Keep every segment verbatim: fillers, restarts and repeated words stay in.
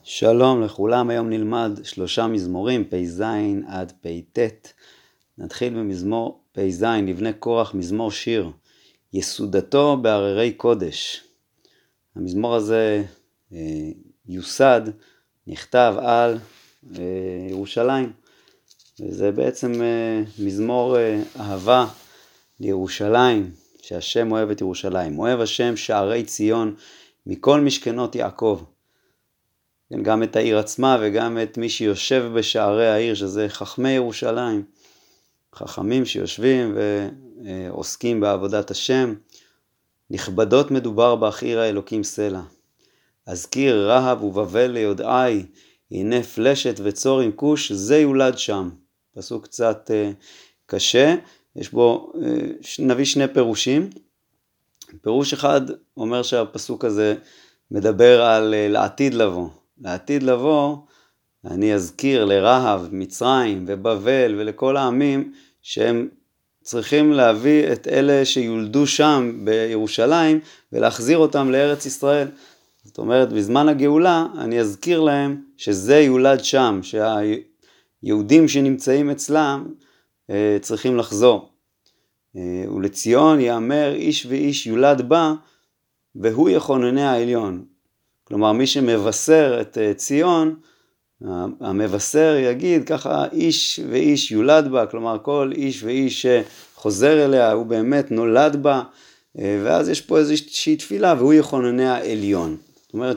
שלום לכולם, היום נלמד שלושה מזמורים, פ"ז עד פ"ט. נתחיל במזמור פ"ז, לבני קורח, מזמור שיר, יסודתו בהררי קודש. המזמור הזה אה, יוסד, נכתב על אה, ירושלים, וזה בעצם אה, מזמור אה, אהבה לירושלים, שהשם אוהב את ירושלים. אוהב השם שערי ציון מכל משכנות יעקב. גם את העיר עצמה וגם את מי שיושב בשערי העיר, שזה חכמי ירושלים, חכמים שיושבים ועוסקים בעבודת השם. נכבדות מדובר בך עיר האלוקים סלע. אזכיר רהב ובבל ליודעי, הנה פלשת וצור עם כוש, זה יולד שם. פסוק קצת קשה, יש בו, נביא שני פירושים. פירוש אחד אומר שהפסוק הזה מדבר על לעתיד לבוא. לעתיד לבוא, אני אזכיר לרהב, מצרים ובבל ולכל העמים שהם צריכים להביא את אלה שיולדו שם בירושלים ולהחזיר אותם לארץ ישראל. זאת אומרת, בזמן הגאולה אני אזכיר להם שזה יולד שם, שהיהודים שנמצאים אצלם צריכים לחזור. ולציון יאמר איש ואיש יולד בה, והוא יכונני העליון. כלומר, מי שמבשר את ציון, המבשר יגיד ככה, איש ואיש יולד בה, כלומר כל איש ואיש שחוזר אליה הוא באמת נולד בה, ואז יש פה איזושהי תפילה והוא יכונני העליון. זאת אומרת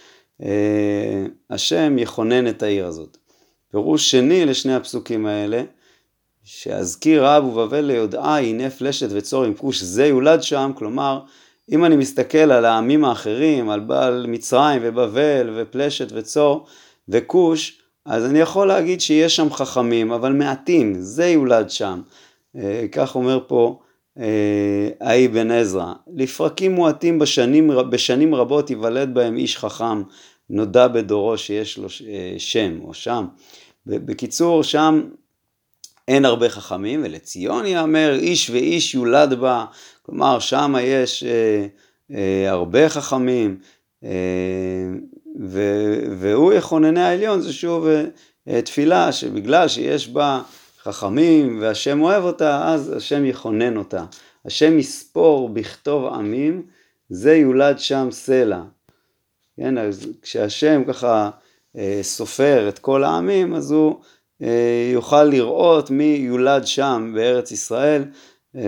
שהשם יכונן את העיר הזאת. פירוש שני לשני הפסוקים האלה, שאזכיר רהב ובבל ליודעי, הנה פלשת וצור עם כוש, זה יולד שם. כלומר, אם אני מסתכל על העמים האחרים, על בעל מצרים ובבל ופלשת וצור וכוש, אז אני יכול להגיד שיש שם חכמים, אבל מעטים, זה יולד שם. כך אומר פה אי בן עזרא. לפרקים מועטים בשנים, בשנים רבות יוולד בהם איש חכם, נודע בדורו שיש לו שם או שם. בקיצור, שם אין הרבה חכמים, ולציון יאמר איש ואיש יולד בה. כלומר, שם יש אה, אה, הרבה חכמים, אה, ו, והוא יכונני העליון. זה שוב אה, תפילה שבגלל שיש בה חכמים והשם אוהב אותה, אז השם יכונן אותה. השם יספור בכתוב עמים, זה יולד שם סלע. כן, אז כשהשם ככה אה, סופר את כל העמים, אז הוא אה, יוכל לראות מי יולד שם בארץ ישראל. אה,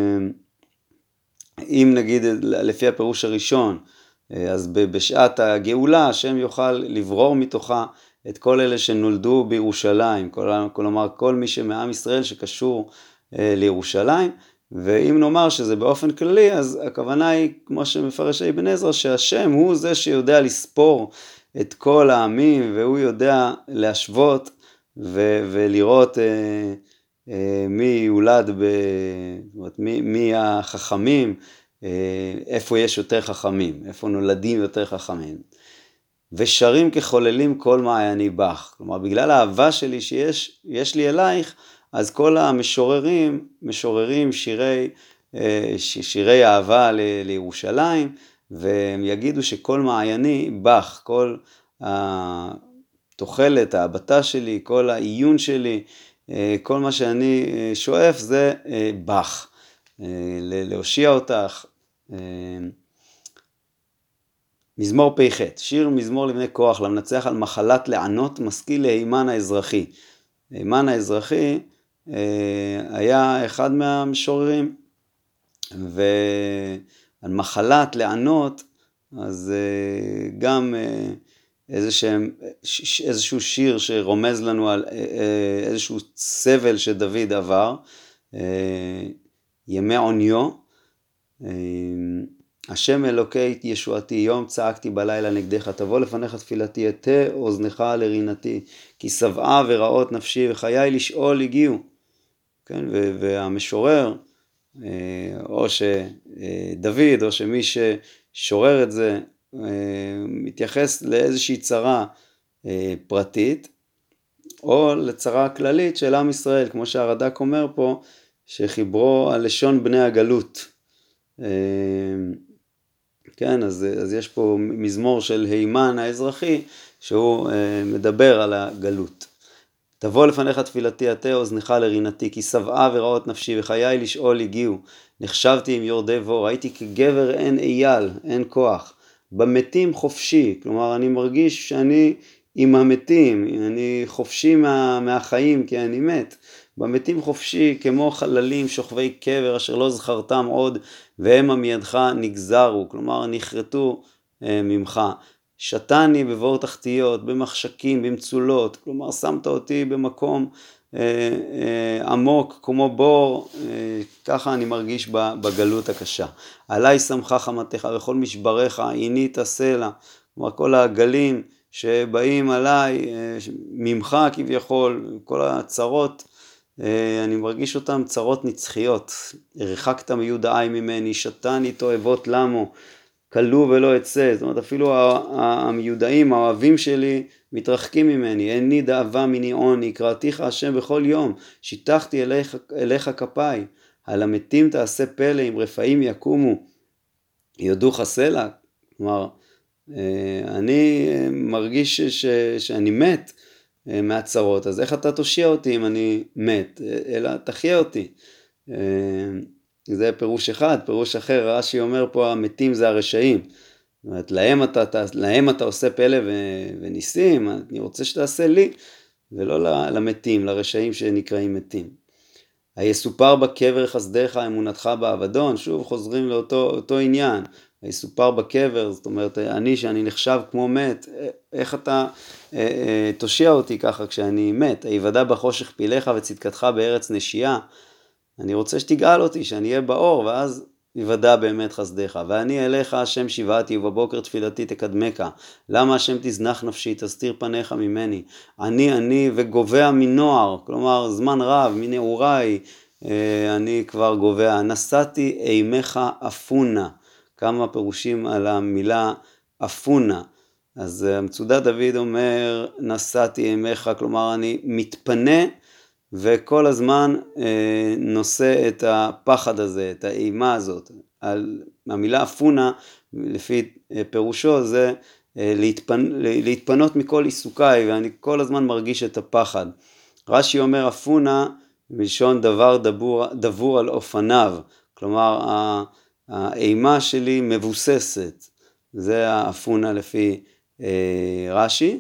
אם נגיד לפי הפירוש הראשון, אז בשעת הגאולה השם יוכל לברור מתוכה את כל אלה שנולדו בירושלים, כלומר כל מי שמעם ישראל שקשור לירושלים. ואם נאמר שזה באופן כללי, אז הכוונה היא, כמו שמפרש אי בן עזרא, שהשם הוא זה שיודע לספור את כל העמים, והוא יודע להשוות ו- ולראות מי יולד, ב... מי, מי החכמים, איפה יש יותר חכמים, איפה נולדים יותר חכמים. ושרים כחוללים כל מעייני בך. כלומר, בגלל האהבה שלי שיש יש לי אלייך, אז כל המשוררים משוררים שירי, שירי אהבה ל- לירושלים, והם יגידו שכל מעייני בך, כל התוחלת, ההבטה שלי, כל העיון שלי, כל מה שאני שואף זה בך, להושיע אותך. מזמור פ"ח, שיר מזמור לבני קורח, למנצח על מחלת לענות, משכיל להימן האזרחי. הימן האזרחי היה אחד מהמשוררים, ועל מחלת לענות, אז גם איזשהו, איזשהו שיר שרומז לנו על איזשהו סבל שדוד עבר, ימי עוניו. השם אלוקי ישועתי, יום צעקתי בלילה נגדך, תבוא לפניך תפילתי, אטה אוזנך לרינתי, כי שבעה ורעות נפשי וחיי לשאול הגיעו. כן, והמשורר, או שדוד, או שמי ששורר את זה, מתייחס לאיזושהי צרה פרטית, או לצרה כללית של עם ישראל, כמו שהרד"ק אומר פה, שחיברו על לשון בני הגלות. כן, אז, אז יש פה מזמור של הימן האזרחי, שהוא אה, מדבר על הגלות. תבוא לפניך תפילתי עתה אוזנך לרינתי, כי שבעה ורעות נפשי וחיי לשאול הגיעו. נחשבתי עם יורדי בור, הייתי כגבר אין אייל, אין כוח. במתים חופשי, כלומר אני מרגיש שאני עם המתים, אני חופשי מה, מהחיים כי אני מת. במתים חופשי כמו חללים שוכבי קבר אשר לא זכרתם עוד, והם מידך נגזרו, כלומר נחרטו אה, ממך. שתני בבור תחתיות, במחשקים, במצולות, כלומר שמת אותי במקום אה, אה, עמוק כמו בור, אה, ככה אני מרגיש בגלות הקשה. עליי שמחה חמתך וכל משבריך עינית סלע, כלומר כל הגלים שבאים עליי אה, ממך כביכול, כל הצרות, אה, אני מרגיש אותם צרות נצחיות. הרחקת מיודעי ממני, שתני תועבות למו, כלו ולא אצא, זאת אומרת אפילו המיודעים, האוהבים שלי מתרחקים ממני. איני דאבה מיני עוני, קראתיך השם בכל יום, שיטחתי אליך, אליך כפיי, על המתים תעשה פלא, אם רפאים יקומו יודוך סלע. כלומר אני מרגיש ש, שאני מת מהצרות, אז איך אתה תושיע אותי אם אני מת, אלא תחיה אותי. זה פירוש אחד. פירוש אחר, רש"י אומר פה המתים זה הרשעים, זאת אומרת, להם אתה, להם אתה עושה פלא וניסים, אני רוצה שתעשה לי ולא למתים, לרשעים שנקראים מתים. היסופר בקבר חסדיך אמונתך באבדון, שוב חוזרים לאותו אותו עניין. היסופר בקבר, זאת אומרת אני שאני נחשב כמו מת, איך אתה אה, אה, תושיע אותי ככה כשאני מת. היוודע בחושך פיליך וצדקתך בארץ נשייה, אני רוצה שתגאל אותי, שאני אהיה באור, ואז יוודע באמת חסדיך. ואני אליך השם שיבעתי, ובבוקר תפילתי תקדמך. למה השם תזנח נפשי, תסתיר פניך ממני. אני אני וגובע מנוער, כלומר זמן רב, מנעוריי, אני כבר גובע. נשאתי אימך אפונה. כמה פירושים על המילה אפונה. אז מצודת דוד אומר, נשאתי אימך, כלומר אני מתפנה, וכל הזמן אה, נושא את הפחד הזה, את האימה הזאת. על, המילה אפונה, לפי אה, פירושו, זה אה, להתפנ, להתפנות מכל עיסוקיי, ואני כל הזמן מרגיש את הפחד. רש"י אומר אפונה, מלשון דבר דבור, דבור על אופניו, כלומר האימה שלי מבוססת, זה האפונה לפי אה, רש"י.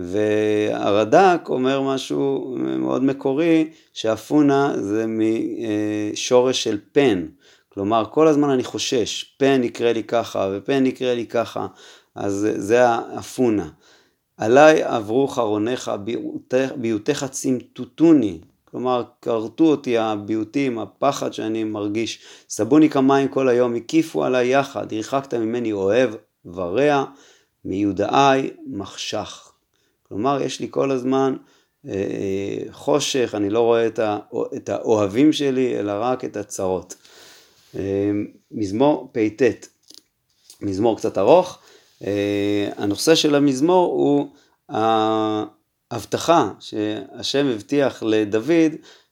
והרד"ק אומר משהו מאוד מקורי, שאפונה זה משורש של פן, כלומר כל הזמן אני חושש, פן יקרה לי ככה ופן יקרה לי ככה, אז זה האפונה. עליי עברו חרוניך, ביותיך צמטוטוני, כלומר קרטו אותי הביותים, הפחד שאני מרגיש. סבוני כמים כל היום, הקיפו עליי יחד, הרחקת ממני אוהב ורע, מיודעי מחשך. כלומר, יש לי כל הזמן אה, חושך, אני לא רואה את, ה, את האוהבים שלי, אלא רק את הצרות. אה, מזמור פ"ט, מזמור קצת ארוך. אה, הנושא של המזמור הוא ההבטחה שהשם הבטיח לדוד,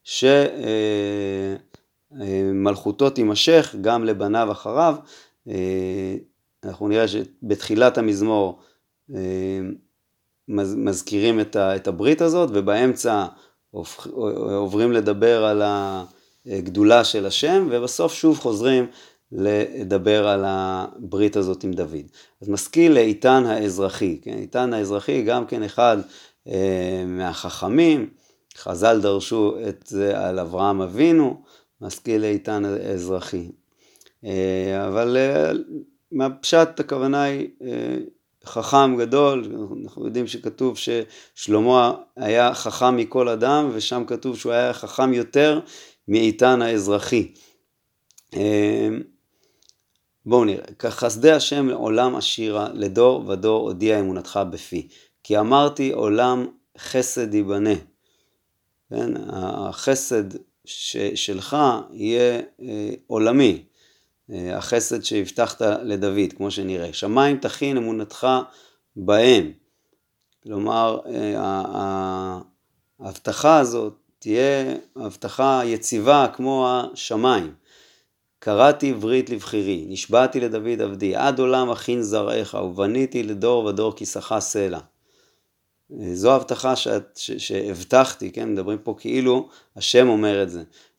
שמלכותו תימשך גם לבניו אחריו. אה, אנחנו נראה שבתחילת המזמור, אה, מזכירים את הברית הזאת, ובאמצע עוברים לדבר על הגדולה של השם, ובסוף שוב חוזרים לדבר על הברית הזאת עם דוד. אז משכיל לאיתן האזרחי, כן? איתן האזרחי גם כן אחד מהחכמים, חז"ל דרשו את זה על אברהם אבינו, משכיל לאיתן האזרחי. אבל מהפשט הכוונה היא חכם גדול. אנחנו יודעים שכתוב ששלמה היה חכם מכל אדם, ושם כתוב שהוא היה חכם יותר מאיתן האזרחי. בואו נראה. כחסדי השם לעולם עשירה, לדור ודור הודיע אמונתך בפי. כי אמרתי עולם חסד ייבנה. כן? החסד שלך יהיה עולמי. החסד שהבטחת לדוד, כמו שנראה. שמיים תכין אמונתך בהם. כלומר, ההבטחה הזאת תהיה הבטחה יציבה כמו השמיים. קראתי ברית לבחירי, נשבעתי לדוד עבדי, עד עולם אכין זרעך, ובניתי לדור ודור כיסך סלע. זו ההבטחה שהבטחתי, כן? מדברים פה כאילו השם אומר את זה.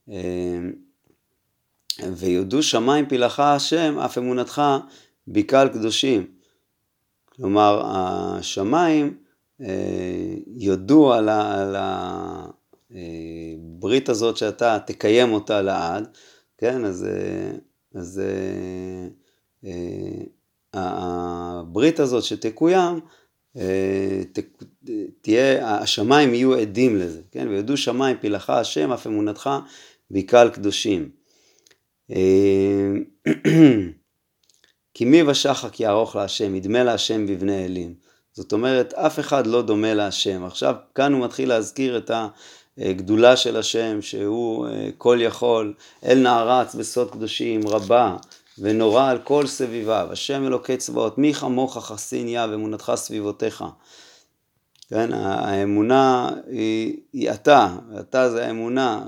ויודו שמיים פילך השם, אף אמונתך בקהל קדושים. כלומר, השמיים יודו על, ה, על הברית הזאת שאתה תקיים אותה לעד, כן? אז, אז הברית הזאת שתקוים, תהיה, השמיים יהיו עדים לזה, כן? ויודו שמיים פילך השם, אף אמונתך בקהל קדושים. כי מי ושחק יערוך להשם, ידמה להשם בבני אלים. זאת אומרת, אף אחד לא דומה להשם. עכשיו, כאן הוא מתחיל להזכיר את הגדולה של השם, שהוא כל יכול, אל נערץ בסוד קדושים, רבה ונורא על כל סביביו. השם אלוקי צבאות, מי כמוך חסין יה ואמונתך סביבותיך. כן, האמונה היא, היא אתה, אתה זה האמונה,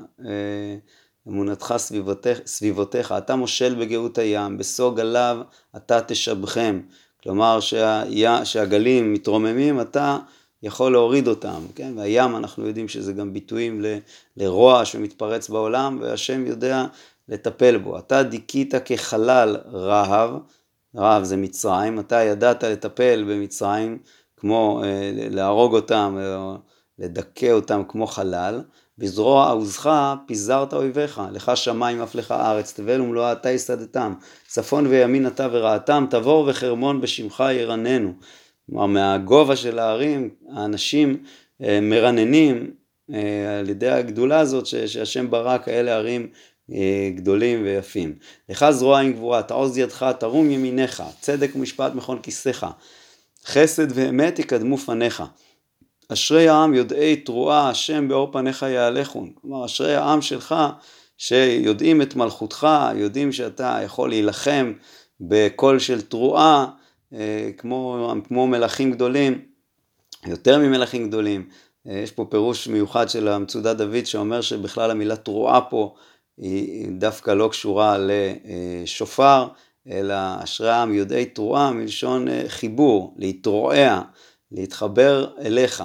אמונתך סביבותיך, סביבותיך, אתה מושל בגאות הים, בסוג עליו אתה תשבחם, כלומר שה, שהגלים מתרוממים, אתה יכול להוריד אותם, כן? והים אנחנו יודעים שזה גם ביטויים ל, לרוע שמתפרץ בעולם, והשם יודע לטפל בו. אתה דיכית כחלל רהב, רהב זה מצרים, אתה ידעת לטפל במצרים, כמו אה, להרוג אותם, אה, לדכא אותם כמו חלל, בזרוע עוזך פיזרת אויביך, לך שמיים אף לך ארץ, תבל ומלואה אתה יסדתם, צפון וימין אתה ורעתם, תבור וחרמון בשמך ירננו. כלומר, מהגובה של הערים, האנשים אה, מרננים אה, על ידי הגדולה הזאת ש, שהשם ברא כאלה ערים אה, גדולים ויפים. לך זרוע עם גבורה, תעוז ידך, תרום ימיניך, צדק ומשפט מכון כיסך, חסד ואמת יקדמו פניך. אשרי העם יודעי תרועה, השם באור פניך יהלכון. כלומר, אשרי העם שלך שיודעים את מלכותך, יודעים שאתה יכול להילחם בקול של תרועה, כמו, כמו מלכים גדולים, יותר ממלכים גדולים. יש פה פירוש מיוחד של המצודת דוד שאומר שבכלל המילה תרועה פה היא דווקא לא קשורה לשופר, אלא אשרי העם יודעי תרועה מלשון חיבור, להתרועע, להתחבר אליך.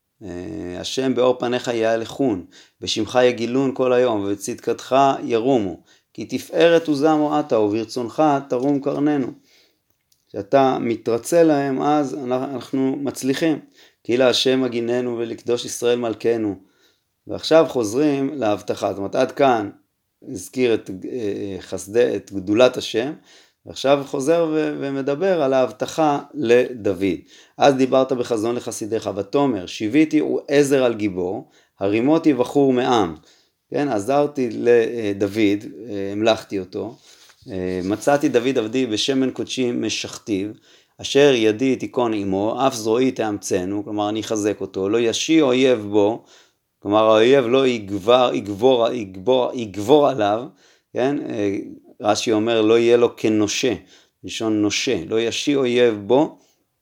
השם באור פניך יהלכון, בשמך יגילון כל היום, ובצדקתך ירומו, כי תפארת וזמו אתה, וברצונך תרום קרננו. כשאתה מתרצה להם, אז אנחנו מצליחים. כי להשם מגיננו ולקדוש ישראל מלכנו. ועכשיו חוזרים להבטחה. זאת אומרת, עד כאן הזכיר את חסדי, את גדולת השם, ועכשיו חוזר ו- ומדבר על ההבטחה לדוד. אז דיברת בחזון לחסידיך, ותאמר, שיביתי הוא עזר על גיבור, הרימותי בחור מעם. כן, עזרתי לדוד, המלכתי אותו, מצאתי דוד עבדי בשמן קודשי משכתיו, אשר ידי תיקון עמו, אף זרועי תאמצנו, כלומר אני אחזק אותו, לא ישי אויב בו, כלומר האויב לא יגבר, יגבור, יגבור, יגבור עליו, כן, רש"י אומר לא יהיה לו כנושה, לשון נושה, לא ישי אויב בו,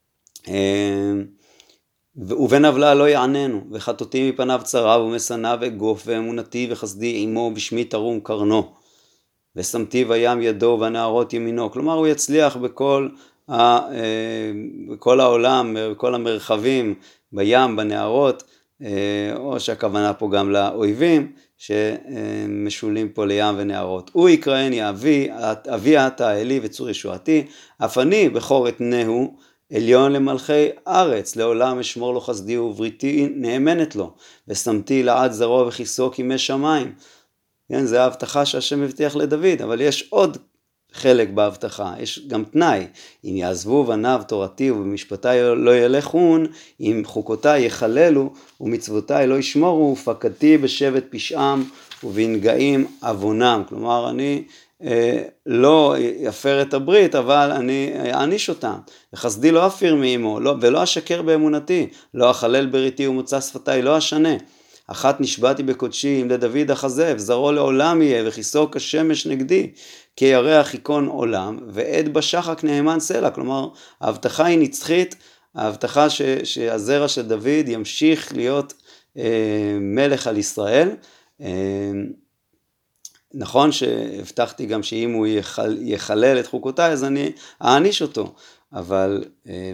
ובן עוולה לא יעננו, וחטאתי מפניו צרה ומשנאיו אגוף, ואמונתי וחסדי עמו בשמי תרום קרנו, ושמתי בים ידו והנערות ימינו. כלומר הוא יצליח בכל, ה, בכל העולם, בכל המרחבים, בים, בנערות, או שהכוונה פה גם לאויבים שמשולים פה לים ונערות. הוא יקראני אבי, אבי אתה אלי וצור ישועתי, אף אני בכור אתנהו עליון למלכי ארץ, לעולם אשמור לו חסדי ובריתי נאמנת לו, ושמתי לעד זרוע וכיסו כימי שמיים. כן, זה ההבטחה שהשם הבטיח לדוד, אבל יש עוד חלק בהבטחה, יש גם תנאי, אם יעזבו בניו תורתי ובמשפטי לא ילכון, אם חוקותי יחללו ומצוותי לא ישמורו, ופקדתי בשבט פשעם ובנגעים עוונם. כלומר, אני אה, לא יפר את הברית, אבל אני אעניש אותם. וחסדי לא אפיר מעמו, לא, ולא אשקר באמונתי, לא אחלל בריתי ומוצא שפתי, לא אשנה. אחת נשבעתי בקודשי, אם לדוד אחזב, זרעו לעולם יהיה, וכיסו כשמש נגדי, כי ירח ייכון עולם, ועד בשחק נאמן סלע. כלומר, ההבטחה היא נצחית, ההבטחה ש, שהזרע של דוד ימשיך להיות אה, מלך על ישראל, אה, נכון שהבטחתי גם שאם הוא יחל, יחלל את חוקותיי, אז אני אעניש אותו, אבל אה,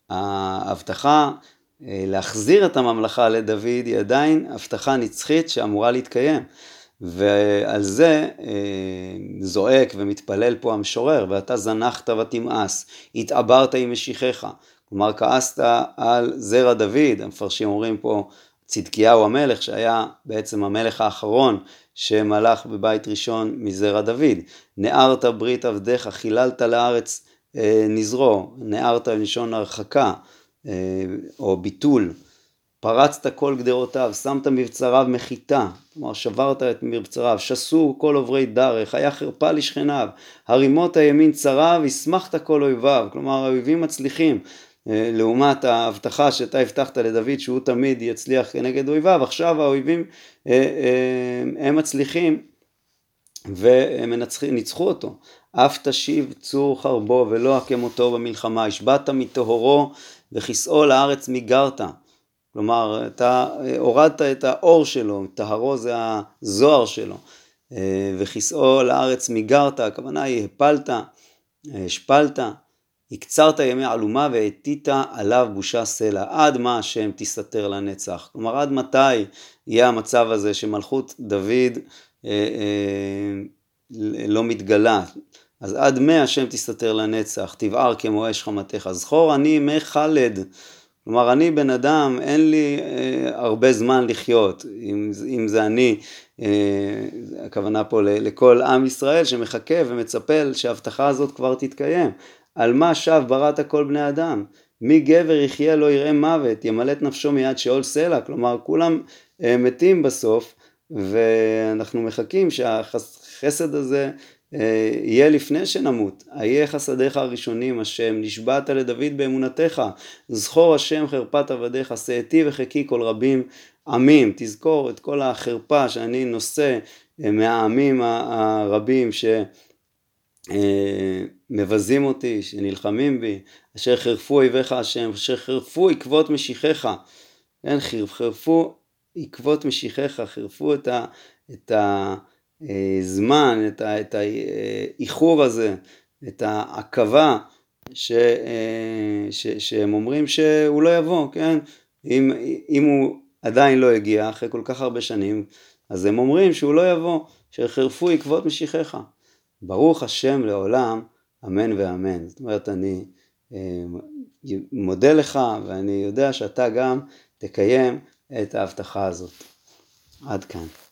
ההבטחה אה, להחזיר את הממלכה לדוד היא עדיין הבטחה נצחית שאמורה להתקיים. ועל זה אה, זועק ומתפלל פה המשורר, ואתה זנחת ותמאס, התעברת עם משיחך, כלומר כעסת על זרע דוד. המפרשים אומרים פה צדקיהו המלך, שהיה בעצם המלך האחרון שמלך בבית ראשון מזרע דוד. נערת ברית עבדיך, חיללת לארץ אה, נזרו, נערת בלשון הרחקה אה, או ביטול. פרצת כל גדרותיו, שמת מבצריו מחיתה, כלומר שברת את מבצריו, שסו כל עוברי דרך, היה חרפה לשכניו, הרימות הימין צריו, הסמכת כל אויביו, כלומר האויבים מצליחים, לעומת ההבטחה שאתה הבטחת לדוד שהוא תמיד יצליח כנגד אויביו, עכשיו האויבים הם מצליחים והם ניצחו אותו. אף תשיב צור חרבו ולא הכמותו במלחמה, השבעת מטהורו וכיסאו לארץ מגרת. כלומר, אתה הורדת את האור שלו, טהרו זה הזוהר שלו, וכיסאו לארץ מגרת, הכוונה היא הפלת, השפלת, הקצרת ימי עלומה והתית עליו בושה סלע. עד מה השם תסתתר לנצח? כלומר, עד מתי יהיה המצב הזה שמלכות דוד אה, אה, לא מתגלה? אז עד מה השם תסתתר לנצח, תבער כמו אש חמתך. זכור אני מחלד, כלומר, אני בן אדם, אין לי אה, הרבה זמן לחיות, אם, אם זה אני, אה, הכוונה פה לכל עם ישראל שמחכה ומצפה שההבטחה הזאת כבר תתקיים. על מה שב בראת כל בני אדם? מי גבר יחיה לא יראה מוות, ימלט נפשו מיד שאול סלע, כלומר כולם אה, מתים בסוף, ואנחנו מחכים שהחסד הזה אה, יהיה לפני שנמות. איה חסדיך הראשונים השם, נשבעת לדוד באמונתך, זכור השם חרפת עבדיך, שאתי וחכי כל רבים עמים. תזכור את כל החרפה שאני נושא אה, מהעמים הרבים ש... מבזים אותי, שנלחמים בי, אשר חרפו אויביך השם, אשר חרפו עקבות משיחך, כן, חרפו עקבות משיחך, חרפו את ה, את הזמן, את ה, את האיחור הזה, את העקבה, ש, ש, שהם אומרים שהוא לא יבוא, כן, אם, אם הוא עדיין לא הגיע, אחרי כל כך הרבה שנים, אז הם אומרים שהוא לא יבוא, שחרפו עקבות משיחך. ברוך השם לעולם, אמן ואמן. זאת אומרת, אני אה, מודה לך, ואני יודע שאתה גם תקיים את ההבטחה הזאת. עד כאן.